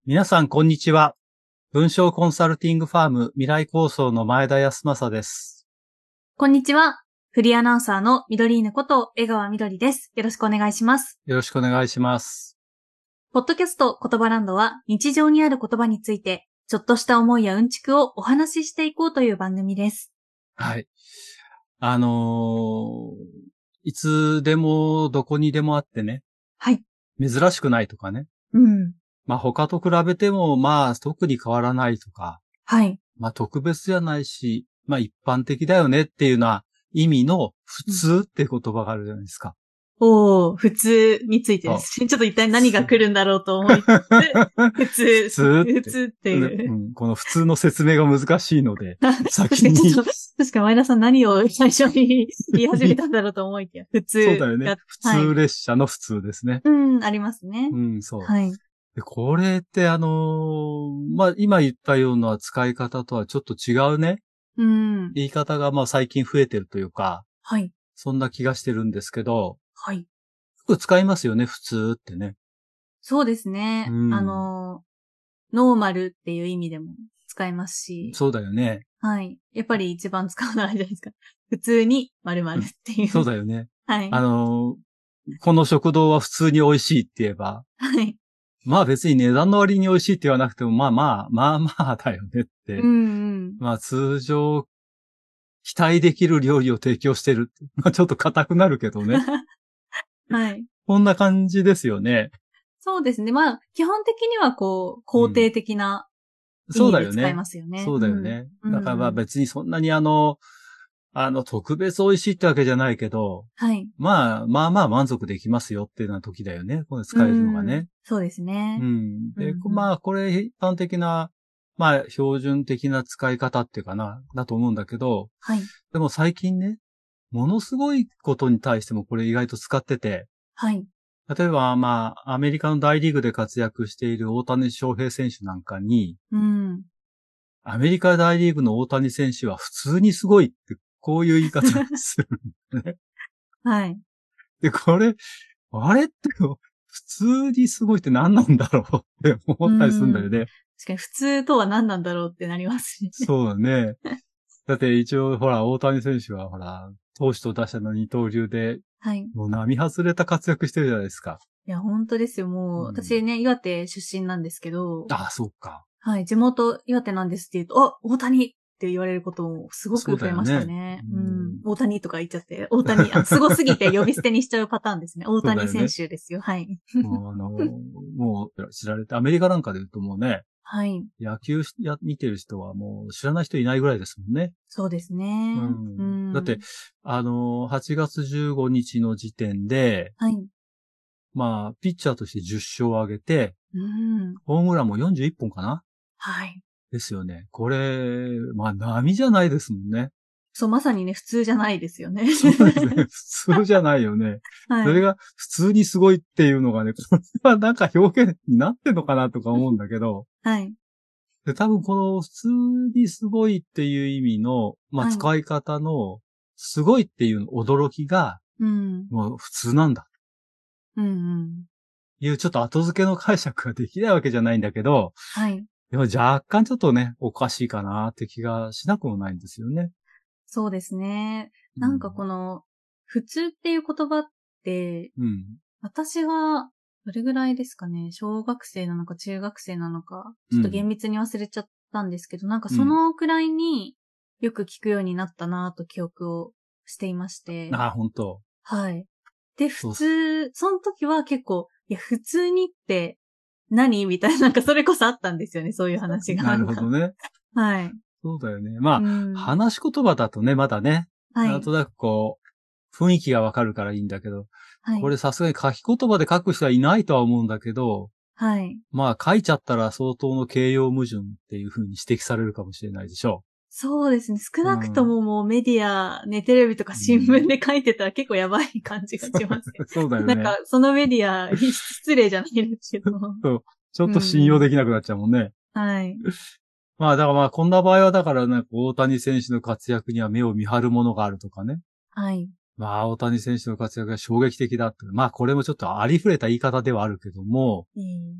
皆さん、こんにちは。文章コンサルティングファーム未来構想の前田康政です。 こんにちは。フリーアナウンサーのミドリーヌこと江川みどりです。よろしくお願いします。 よろしくお願いします。 ポッドキャスト言葉ランドは日常にある言葉について、ちょっとした思いやうんちくをお話ししていこうという番組です。 はい。いつでもどこにでもあってね。 はい。 珍しくないとかね。 うん。 他と比べても特に変わらないとか。 はい。 特別じゃないし、一般的だよねっていうような意味の普通っていう言葉があるじゃないですか。 普通についてですね。ちょっと一体何が来るんだろうと思いつつ、 普通っていう。 この普通の説明が難しいので、先に。 確かに前田さん何を最初に言い始めたんだろうと思いきや、普通。 そうだよね。普通列車の普通ですね。 ありますね。 そう。 はい。 でこれって今言ったような使い方とはちょっと違うね。言い方が最近増えてるというか。 はい。 そんな気がしてるんですけど。 はい。 よく使いますよね、普通ってね。 そうですね。ノーマルっていう意味でも使えますし。 そうだよね。 はい。やっぱり一番使うのはあれじゃないですか。普通に〇〇っていう。 そうだよね。 はい。 この食堂は普通に美味しいって言えば。 はい。 別に値段の割に美味しいって言わなくても、まあだよねって。通常、期待できる料理を提供してる。ちょっと硬くなるけどね。 はい。 こんな感じですよね。 そうですね。基本的には肯定的な意味で使いますよね。 そうだよね。だから別にそんなに特別美味しいってわけじゃないけど、 はい。 満足できますよっていうような時だよね。これ使えるのがね。 そうですね。 で、これ一般的な、標準的な使い方っていうかな、だと思うんだけど、 はい。 でも最近ね、ものすごいことに対してもこれ意外と使ってて、 はい。 例えば、アメリカの大リーグで活躍している大谷翔平選手なんかに、アメリカ大リーグの大谷選手は普通にすごいって、こういう言い方するんだね。 はい。 で、これ、あれって、普通にすごいって何なんだろうって思ったりするんだよね。 確かに普通とは何なんだろうってなりますね。 そうだね。だって一応、大谷選手は投手と打者の二刀流で、 はい。 もう並外れた活躍してるじゃないですか。 いや、本当ですよ。私ね、岩手出身なんですけど。 そうか。 はい、地元岩手なんですって言うと、大谷って言われることもすごく増えましたね。大谷とか言っちゃって、大谷、すごすぎて呼び捨てにしちゃうパターンですね。大谷選手ですよ。はい。 もう知られて、アメリカなんかで言うともうね、 はい。 野球見てる人はもう知らない人いないぐらいですもんね。 そうですね。 だって、8月15日の時点で、 はい。 ピッチャーとして10勝を挙げて、ホームランも41本かな？ はい。 ですよね。これ、波じゃないですもんね。 そう、まさにね、普通じゃないですよね。 そうですね。普通じゃないよね。はい。それが普通にすごいっていうのがね、これはなんか表現になってんのかなとか思うんだけど。 はい。 で、多分この普通にすごいっていう意味の、使い方の、すごいっていう驚きが、もう普通なんだ。いうちょっと後付けの解釈ができないわけじゃないんだけど、 はい。 でも若干ちょっとね、おかしいかなって気がしなくもないんですよね。 そうですね。なんかこの、普通っていう言葉って、私が、どれぐらいですかね、小学生なのか中学生なのか、ちょっと厳密に忘れちゃったんですけど、なんかそのくらいによく聞くようになったなぁと記憶をしていまして。 本当。 はい。で、普通、その時は結構、いや、普通にって何みたいな、なんかそれこそあったんですよね、そういう話が。 なるほどね。 はい。 そうだよね。話し言葉だとね、まだね、なんとなく雰囲気がわかるからいいんだけど、これさすがに書き言葉で書く人はいないとは思うんだけど、 はい。 書いちゃったら相当の形容矛盾っていう風に指摘されるかもしれないでしょう。 そうですね。少なくとももうメディア、テレビとか新聞で書いてたら結構やばい感じがしますね。 そうだよね。 なんか、そのメディア、失礼じゃないですけど。 そう。ちょっと信用できなくなっちゃうもんね。 はい。 だからこんな場合はだからね、大谷選手の活躍には目を見張るものがあるとかね。 はい。 大谷選手の活躍が衝撃的だって。これもちょっとありふれた言い方ではあるけども、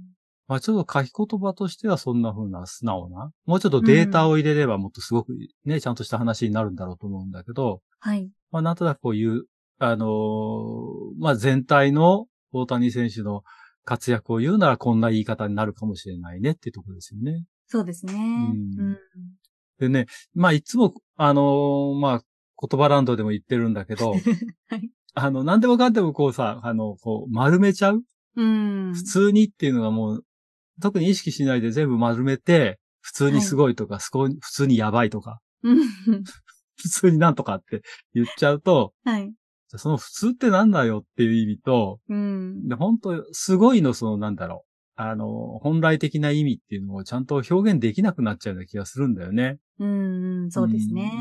まあちょっと書き言葉としてはそんな風な素直な、もうちょっとデータを入れればもっとすごくね、ちゃんとした話になるんだろうと思うんだけど、 はい。 まあなんとなくこういう、まあ全体の大谷選手の活躍を言うならこんな言い方になるかもしれないねっていうところですよね。 そうですね。 でね、まあいつも、まあ言葉ランドでも言ってるんだけど、 はい。 何でもかんでもこうさ、こう丸めちゃう普普通にっていうのがもう、特に意識しないで全部丸めて、普通にすごいとか、普通にやばいとか、普通になんとかって言っちゃうと、 はい。 その普通ってなんだよっていう意味と、で本当すごいのそのなんだろう。本来的な意味っていうのをちゃんと表現できなくなっちゃうような気がするんだよね。 そうですね。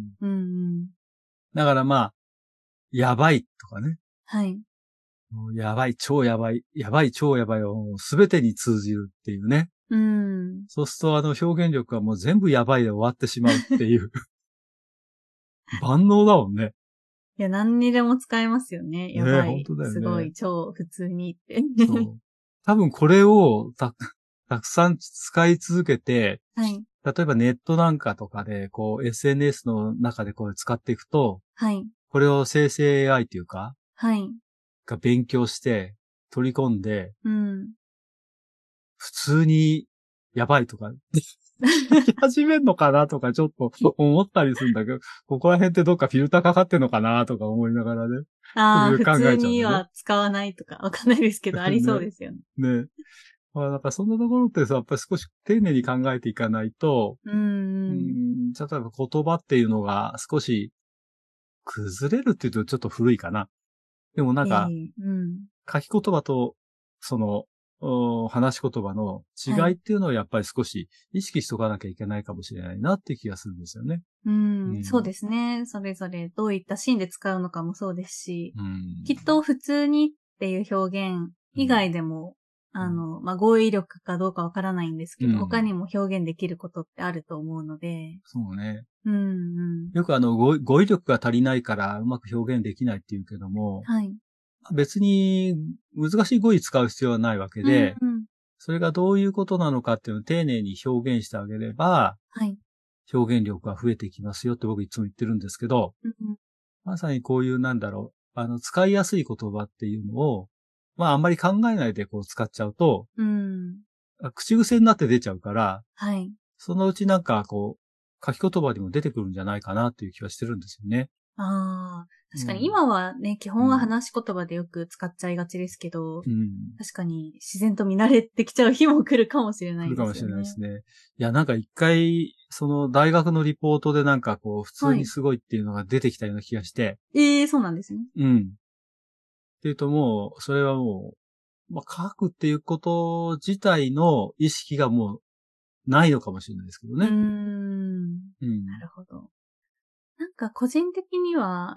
だからまあ、やばいとかね。 はい。 もうやばい、超やばい、やばい、超やばいをすべてに通じるっていうね。そうすると表現力はもう全部やばいで終わってしまうっていう。万能だもんね。 いや、何にでも使えますよね。やばい。 本当だよね。 すごい、超普通にって。 そう。多分これをたくさん使い続けて、 はい。 例えばネットなんかとかで、こう SNS の中でこう使っていくと、 はい。 これを生成 AI っていうか、 はい。 が勉強して取り込んで、 うん。 普通にやばいとか、書き始めんのかなとかちょっと思ったりするんだけど、ここら辺ってどっかフィルターかかってんのかなとか思いながらね。 ああ、普考通えちゃうんだよね。 には使わないとかわかんないですけど、ありそうですよね。 ね。まあ、なんかそんなところってさ、やっぱり少し丁寧に考えていかないと、例えば言葉っていうのが少し崩れるっていうとちょっと古いかな。でもなんか、書き言葉と、その、話し言葉の違いっていうのをやっぱり少し意識しとかなきゃいけないかもしれないなっていう気がするんですよね。 そうですね。それぞれどういったシーンで使うのかもそうですし、きっと普通にっていう表現以外でも、まあ、語彙力かどうかわからないんですけど、他にも表現できることってあると思うので。 そうね。よく語彙力が足りないからうまく表現できないって言うけども、 はい。 別に難しい語彙使う必要はないわけで、それがどういうことなのかっていうのを丁寧に表現してあげれば、はい、表現力が増えていきますよって僕いつも言ってるんですけど、まさにこういうなんだろう、使いやすい言葉っていうのを、まああんまり考えないでこう使っちゃうと、口癖になって出ちゃうから、はい、そのうちなんかこう、書き言葉にも出てくるんじゃないかなっていう気はしてるんですよね。 ああ、確かに今はね、基本は話し言葉でよく使っちゃいがちですけど、確かに自然と見慣れてきちゃう日も来るかもしれないですね。来るかもしれないですね。 いや、なんか一回、その大学のリポートでなんかこう、普通にすごいっていうのが出てきたような気がして。 そうなんですね。 っていうともう、それはもう、まあ、書くっていうこと自体の意識がもうないのかもしれないですけどね。 なるほど。なんか個人的には、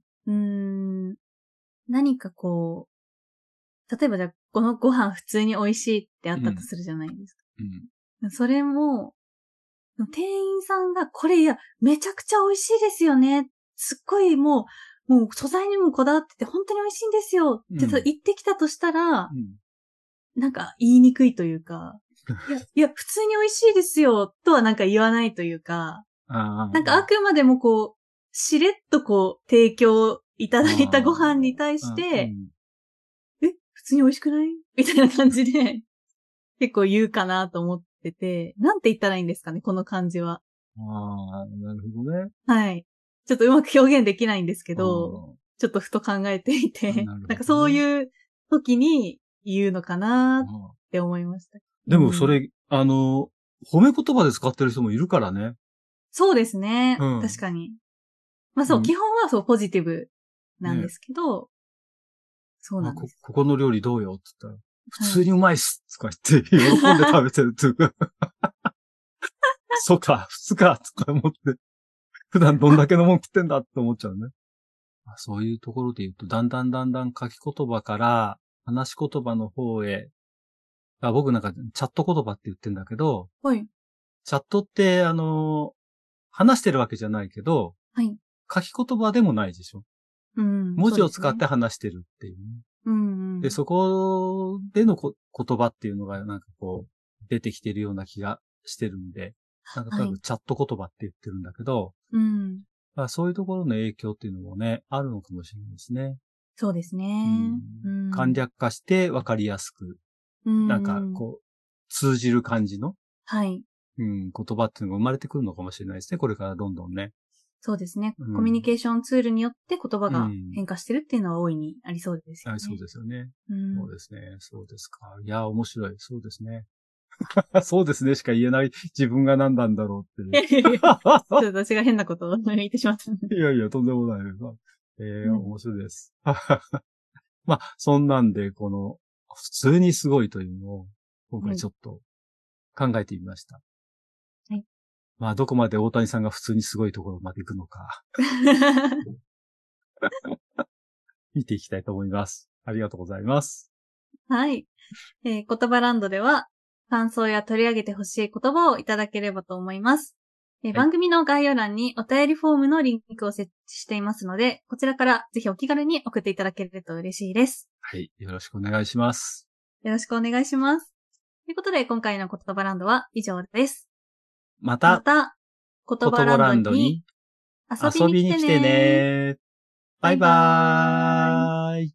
何かこう、例えばじゃあこのご飯普通に美味しいってあったとするじゃないですか。それも、店員さんがこれいや、めちゃくちゃ美味しいですよね。すっごいもう素材にもこだわってて本当に美味しいんですよって言ってきたとしたら、なんか言いにくいというか、いや、普通に美味しいですよとはなんか言わないというか、なんかあくまでもこう、しれっとこう、提供いただいたご飯に対して、普通に美味しくないみたいな感じで、結構言うかなと思ってて、なんて言ったらいいんですかね、この感じは。 ああ、なるほどね。 はい。ちょっとうまく表現できないんですけど、ちょっとふと考えていて、なんかそういう時に言うのかなって思いました。 でもそれ、褒め言葉で使ってる人もいるからね。 そうですね。確かに。まあそう、基本はそうポジティブなんですけど、そうなんです。 ここの料理どうよって言ったら、普通にうまいっすとか言って、喜んで食べてるっていうか。そうか、普通か、とか思って、普段どんだけのもん食ってんだって思っちゃうね。そういうところで言うと、だんだん書き言葉から話し言葉の方へ、僕なんかチャット言葉って言ってんだけど、はい。チャットって、話してるわけじゃないけど、はい。書き言葉でもないでしょ。文字を使って話してるっていうね。 で、そこでの言葉っていうのがなんかこう、出てきてるような気がしてるんで、なんか多分チャット言葉って言ってるんだけど、そういうところの影響っていうのもね、あるのかもしれないですね。 そうですね。 簡略化して分かりやすく、なんかこう、通じる感じの、言葉っていうのが生まれてくるのかもしれないですね。これからどんどんね。 そうですね。コミュニケーションツールによって言葉が変化してるっていうのは大いにありそうですよね。 そうですよね。そうですね。そうですか。いや、面白い。そうですね。そうですねしか言えない自分が何なんだろうっていう。ちょっと私が変なことを言ってしまった。 いやいや、とんでもないです。面白いです。まあ、そんなんで、この、普通にすごいというのを、今回ちょっと考えてみました。 はい。 まあ、どこまで大谷さんが普通にすごいところまで行くのか。見ていきたいと思います。ありがとうございます。 はい。言葉ランドでは、感想や取り上げてほしい言葉をいただければと思います。番組の概要欄にお便りフォームのリンクを設置していますので、こちらからぜひお気軽に送っていただけると嬉しいです。 はい。よろしくお願いします。 よろしくお願いします。ということで、今回の言葉ランドは以上です。 また言葉ランドに遊びに来てね。 バイバーイ。